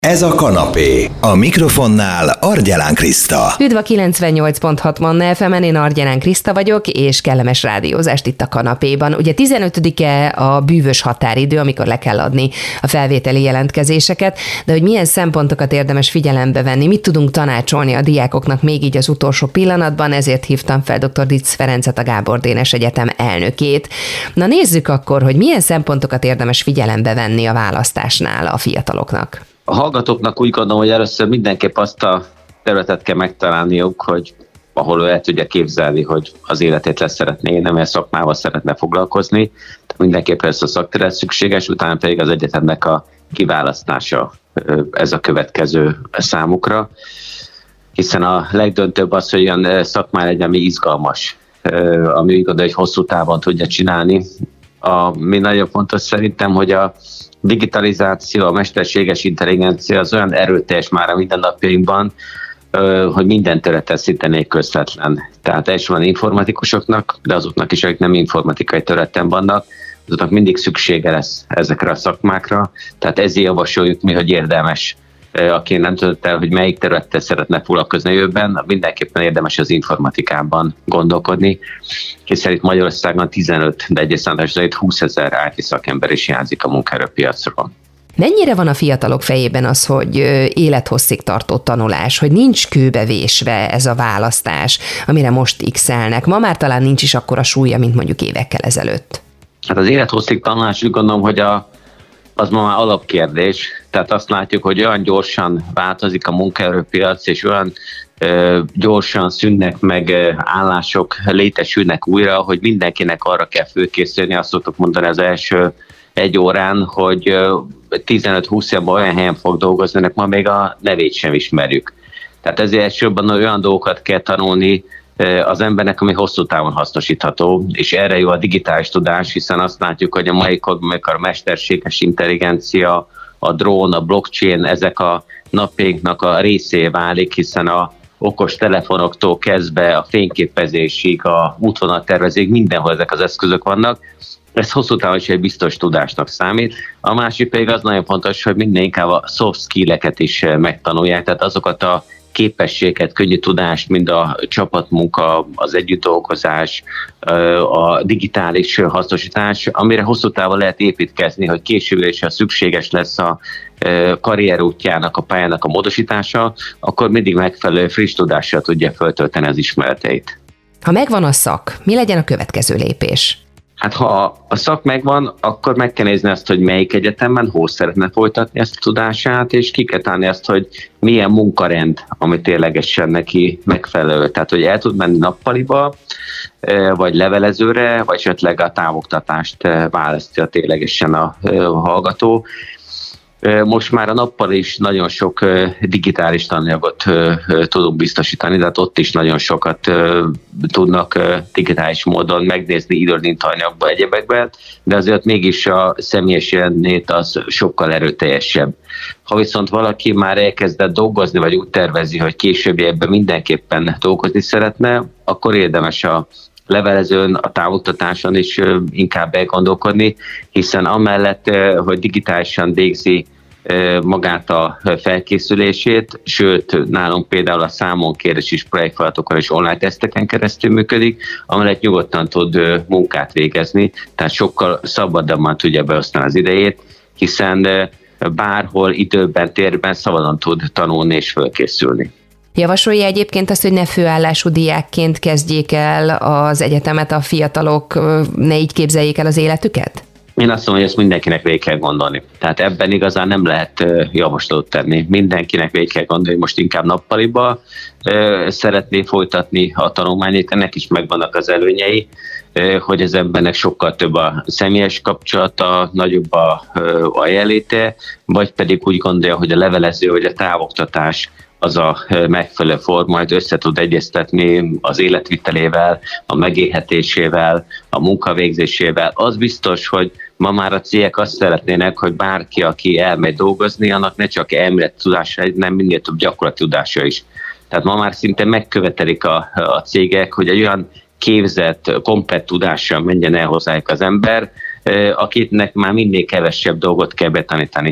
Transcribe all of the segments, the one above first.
Ez a kanapé. A mikrofonnál Argyelán Kriszta. Üdv a 98.6 Manna FM-en, én Argyelán Kriszta vagyok, és kellemes rádiózást itt a kanapéban. Ugye 15-e a bűvös határidő, amikor le kell adni a felvételi jelentkezéseket, de hogy milyen szempontokat érdemes figyelembe venni, mit tudunk tanácsolni a diákoknak még így az utolsó pillanatban, ezért hívtam fel dr. Ditz Ferencet, a Gábor Dénes Egyetem elnökét. Na nézzük akkor, hogy milyen szempontokat érdemes figyelembe venni a választásnál a fiataloknak. A hallgatóknak úgy gondolom, hogy először mindenképp azt a területet kell megtalálniuk, hogy ahol ő el tudja képzelni, hogy az életét lesz szeretné, nem olyan szakmával szeretne foglalkozni. Tehát mindenképp ez a szakterület szükséges, utána pedig az egyetemnek a kiválasztása ez a következő számukra. Hiszen a legdöntőbb az, hogy olyan szakmá legyen, ami izgalmas, ami úgy gondolja, hogy hosszú távon tudja csinálni. Ami nagyon fontos szerintem, hogy a digitalizáció, a mesterséges intelligencia az olyan erőteljes már a mindennapjainkban, hogy minden területen szinte nélkülözhetetlen. Tehát elsősorban informatikusoknak, de azoknak is, akik nem informatikai területen vannak, azoknak mindig szüksége lesz ezekre a szakmákra. Tehát ezért javasoljuk mi, hogy érdemes, aki nem tudott el, hogy melyik területtel szeretne foglalkozni a jövőben, mindenképpen érdemes az informatikában gondolkodni, hiszen itt Magyarországon 15, de egyes számításra 20 000 IT szakember is hiányzik a munkaerőpiacról. Mennyire van a fiatalok fejében az, hogy élethosszig tartó tanulás, hogy nincs kőbevésve ez a választás, amire most x-elnek? Ma már talán nincs is akkora súlya, mint mondjuk évekkel ezelőtt. Hát az élethosszig tanulás, úgy gondolom, hogy az ma már alapkérdés. Tehát azt látjuk, hogy olyan gyorsan változik a munkaerőpiac, és olyan gyorsan szűnnek meg állások, létesülnek újra, hogy mindenkinek arra kell fölkészülni, azt szoktuk mondani az első egy órán, hogy 15-20 évben olyan helyen fog dolgozni, ennek ma még a nevét sem ismerjük. Tehát ezért elsősorban olyan dolgokat kell tanulni az embernek, ami hosszú távon hasznosítható, és erre jó a digitális tudás, hiszen azt látjuk, hogy a mai korban a mesterséges intelligencia, a drón, a blockchain, ezek a napjainknak a részé válik, hiszen a okos telefonoktól kezdve a fényképezésig, a útvonaltervezésig, mindenhol ezek az eszközök vannak. Ez hosszú távon is egy biztos tudásnak számít. A másik pedig az nagyon fontos, hogy minden inkább a soft skill-eket is megtanulják, tehát azokat a képességeket, könnyű tudást, mind a csapatmunka, az együttdolgozás, a digitális hasznosítás, amire hosszú távon lehet építkezni, hogy később is, ha szükséges lesz a karrier útjának, a pályának a módosítása, akkor mindig megfelelő friss tudással tudja föltölteni az ismereteit. Ha megvan a szak, mi legyen a következő lépés? Hát ha a szak megvan, akkor meg kell nézni azt, hogy melyik egyetemben, hol szeretne folytatni ezt a tudását, és ki kell találni azt, hogy milyen munkarend, ami ténylegesen neki megfelelő. Tehát, hogy el tud menni nappaliba, vagy levelezőre, vagy esetleg a távoktatást választja ténylegesen a hallgató. Most már a nappal is nagyon sok digitális tananyagot tudunk biztosítani, tehát ott is nagyon sokat tudnak digitális módon megnézni e-learning tananyagba, egyebekben, de azért mégis a személyes jelenlét az sokkal erőteljesebb. Ha viszont valaki már elkezdett dolgozni, vagy úgy tervezi, hogy későbbiekben mindenképpen dolgozni szeretne, akkor érdemes a levelezőn, a távoktatáson is inkább elgondolkodni, hiszen amellett, hogy digitálisan végzi magát a felkészülését, sőt, nálunk például a számonkérés projektfeladatokon és online teszteken keresztül működik, amellett nyugodtan tud munkát végezni, tehát sokkal szabadabban tudja beosztani az idejét, hiszen bárhol, időben, térben szabadon tud tanulni és felkészülni. Javasolja egyébként azt, hogy ne főállású diákként kezdjék el az egyetemet a fiatalok, ne így képzeljék el az életüket? Én azt mondom, hogy ezt mindenkinek végig kell gondolni. Tehát ebben igazán nem lehet javaslatot tenni. Mindenkinek végig kell gondolni, hogy most inkább nappaliba szeretné folytatni a tanulmányait, ennek is megvannak az előnyei, hogy az embernek sokkal több a személyes kapcsolata, nagyobb a jelenléte, vagy pedig úgy gondolja, hogy a levelező vagy a távoktatás az a megfelelő forma, hogy össze tud egyeztetni az életvitelével, a megélhetésével, a munkavégzésével. Az biztos, hogy ma már a cégek azt szeretnének, hogy bárki, aki elmegy dolgozni, annak ne csak elméleti tudása, nem minél több gyakorlati tudása is. Tehát ma már szinte megkövetelik a cégek, hogy egy olyan képzett, komplett tudással menjen el hozzájuk az ember, akitnek már minél kevesebb dolgot kell betanítani.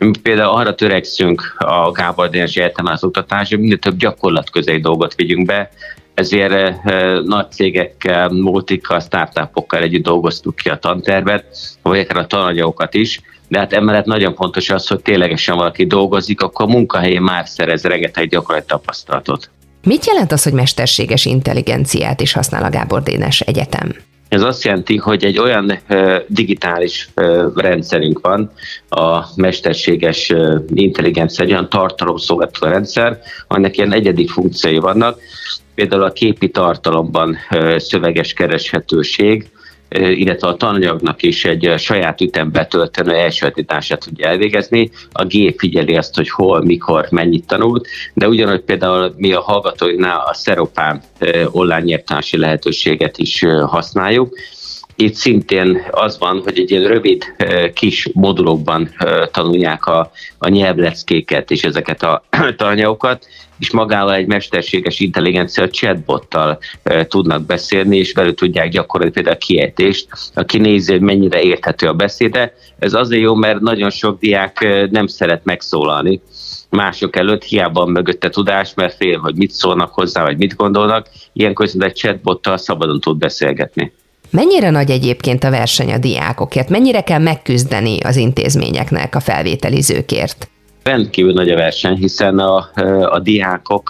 Mi például arra törekszünk a Gábor Dénes Egyetemen az oktatásra, minél több gyakorlatközeli dolgot vigyünk be, ezért nagy cégekkel, multikkal, startupokkal együtt dolgoztuk ki a tantervet, vagy akár a tananyagokat is, de hát emellett nagyon fontos az, hogy ténylegesen valaki dolgozik, akkor a munkahelyén már szerez rengeteg gyakorlati tapasztalatot. Mit jelent az, hogy mesterséges intelligenciát is használ a Gábor Dénes Egyetem? Ez azt jelenti, hogy egy olyan digitális rendszerünk van, a mesterséges intelligencia, egy olyan tartalomszolgáltató rendszer, aminek ilyen egyedi funkciói vannak, például a képi tartalomban szöveges kereshetőség, illetve a tananyagnak is egy saját ütembe töltenő elsajátítását tudja elvégezni. A gép figyeli azt, hogy hol, mikor, mennyit tanult, de ugyanúgy például mi a hallgatóinál a Szeropán online nyelvtanulási lehetőséget is használjuk. Itt szintén az van, hogy egy ilyen rövid kis modulokban tanulják a nyelvleckéket és ezeket a tananyagokat, és magával egy mesterséges intelligencia chatbottal tudnak beszélni, és velük tudják gyakorolni például a kiejtést, aki nézi, hogy mennyire érthető a beszéde. Ez azért jó, mert nagyon sok diák nem szeret megszólalni mások előtt, hiába van mögötte tudás, mert fél, hogy mit szólnak hozzá, vagy mit gondolnak. Ilyenkor egy chatbottal szabadon tud beszélgetni. Mennyire nagy egyébként a verseny a diákokért? Mennyire kell megküzdeni az intézményeknek a felvételizőkért? Rendkívül nagy a verseny, hiszen a diákok,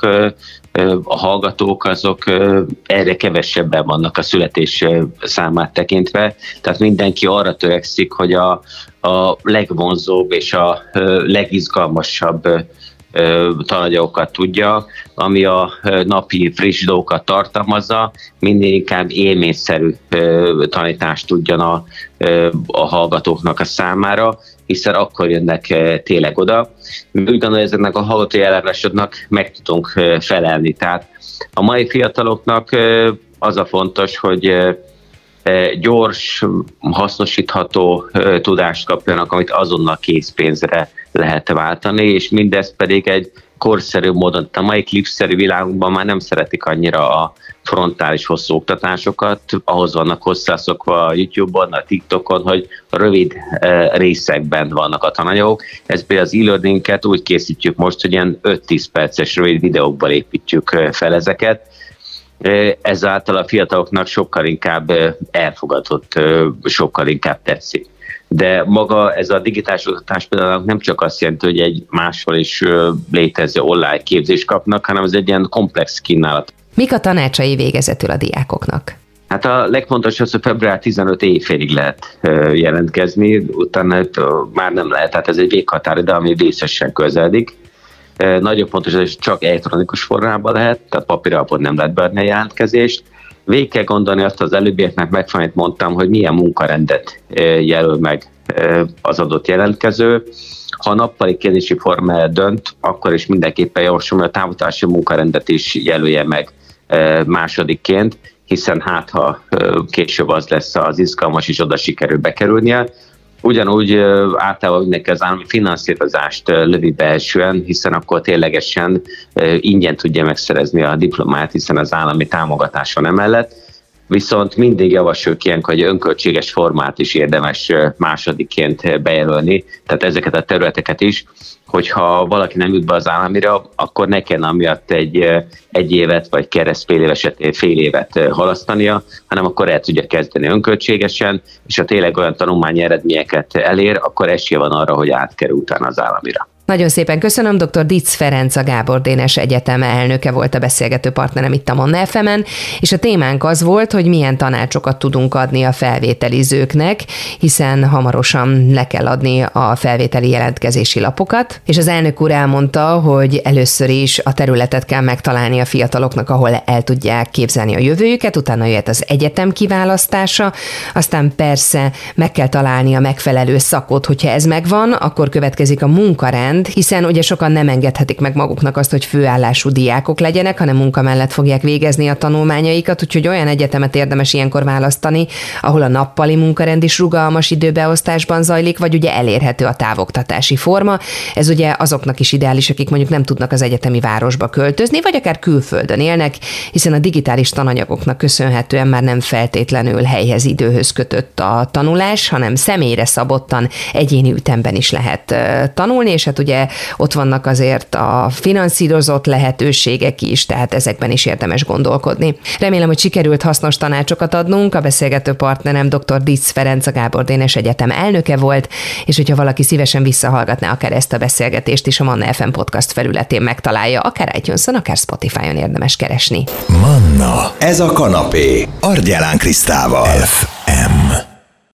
a hallgatók azok erre kevesebben vannak a születés számát tekintve, tehát mindenki arra törekszik, hogy a legvonzóbb és a legizgalmasabb tananyagokat tudja, ami a napi friss dolgokat tartalmazza, minél inkább élményszerű tanítást tudjon a hallgatóknak a számára, hiszen akkor jönnek tényleg oda. Mi úgy gondolom, hogy ezeknek a hallgatói elvárásoknak meg tudunk felelni. Tehát a mai fiataloknak az a fontos, hogy gyors, hasznosítható tudást kapjanak, amit azonnal készpénzre lehet váltani, és mindez pedig egy korszerű módon. A mai klipszerű világunkban már nem szeretik annyira a frontális hosszú oktatásokat, ahhoz vannak hozzászokva a YouTube-on, a TikTokon, hogy rövid részekben vannak a tananyagok. Ez például az e-learninget úgy készítjük most, hogy ilyen 5-10 perces rövid videókból építjük fel ezeket. Ezáltal a fiataloknak sokkal inkább elfogadott, sokkal inkább tetszik. De maga ez a digitális oktatás például nem csak azt jelenti, hogy egy máshol is létező online képzést kapnak, hanem ez egy ilyen komplex kínálat. Mik a tanácsai végezetül a diákoknak? Hát a legfontosabb az, hogy február 15 éjfélig lehet jelentkezni, utána már nem lehet, tehát ez egy véghatáridő, ami vészesen közeledik. Nagyon fontos, hogy csak elektronikus formában lehet, tehát papíralapon nem lehet beadni a jelentkezést. Végig kell gondolni azt, az előbbieknek megfelelően mondtam, hogy milyen munkarendet jelöl meg az adott jelentkező. Ha a nappali képzési formára dönt, akkor is mindenképpen javaslom, hogy a távoktatási munkarendet is jelölje meg másodikként, hiszen ha később az lesz az izgalmas, és oda sikerül bekerülnie. Ugyanúgy általában mindenki az állami finanszírozást lövi be elsően, hiszen akkor ténylegesen ingyen tudja megszerezni a diplomát, hiszen az állami támogatás van emellett. Viszont mindig javasoljuk ilyenkor, hogy önköltséges formát is érdemes másodikként bejelölni, tehát ezeket a területeket is, hogyha valaki nem jut be az államira, akkor ne kellene amiatt egy évet, vagy fél évet halasztania, hanem akkor el tudja kezdeni önköltségesen, és ha tényleg olyan tanulmányi eredményeket elér, akkor esélye van arra, hogy átkerül utána az államira. Nagyon szépen köszönöm, dr. Ditz Ferenc, a Gábor Dénes Egyetem elnöke volt a beszélgető partnerem itt a Manna FM-en, és a témánk az volt, hogy milyen tanácsokat tudunk adni a felvételizőknek, hiszen hamarosan le kell adni a felvételi jelentkezési lapokat, és az elnök úr elmondta, hogy először is a területet kell megtalálni a fiataloknak, ahol el tudják képzelni a jövőjüket, utána jöhet az egyetem kiválasztása, aztán persze meg kell találni a megfelelő szakot, hogyha ez megvan, akkor következik a munkarend, trend, hiszen ugye sokan nem engedhetik meg maguknak azt, hogy főállású diákok legyenek, hanem munka mellett fogják végezni a tanulmányaikat, úgyhogy olyan egyetemet érdemes ilyenkor választani, ahol a nappali munkarend is rugalmas időbeosztásban zajlik, vagy ugye elérhető a távoktatási forma. Ez ugye azoknak is ideális, akik mondjuk nem tudnak az egyetemi városba költözni, vagy akár külföldön élnek, hiszen a digitális tananyagoknak köszönhetően már nem feltétlenül helyhez, időhöz kötött a tanulás, hanem személyre szabottan, egyéni ütemben is lehet tanulni, és hát ugye ott vannak azért a finanszírozott lehetőségek is, tehát ezekben is érdemes gondolkodni. Remélem, hogy sikerült hasznos tanácsokat adnunk. A beszélgető partnerem dr. Ditz Ferenc, a Gábor Dénes Egyetem elnöke volt, és hogyha valaki szívesen visszahallgatná akár ezt a beszélgetést is, a Manna FM podcast felületén megtalálja, akár iTunes-on, akár Spotify-on érdemes keresni. Manna, ez a kanapé, Argyelán Krisztával. FM.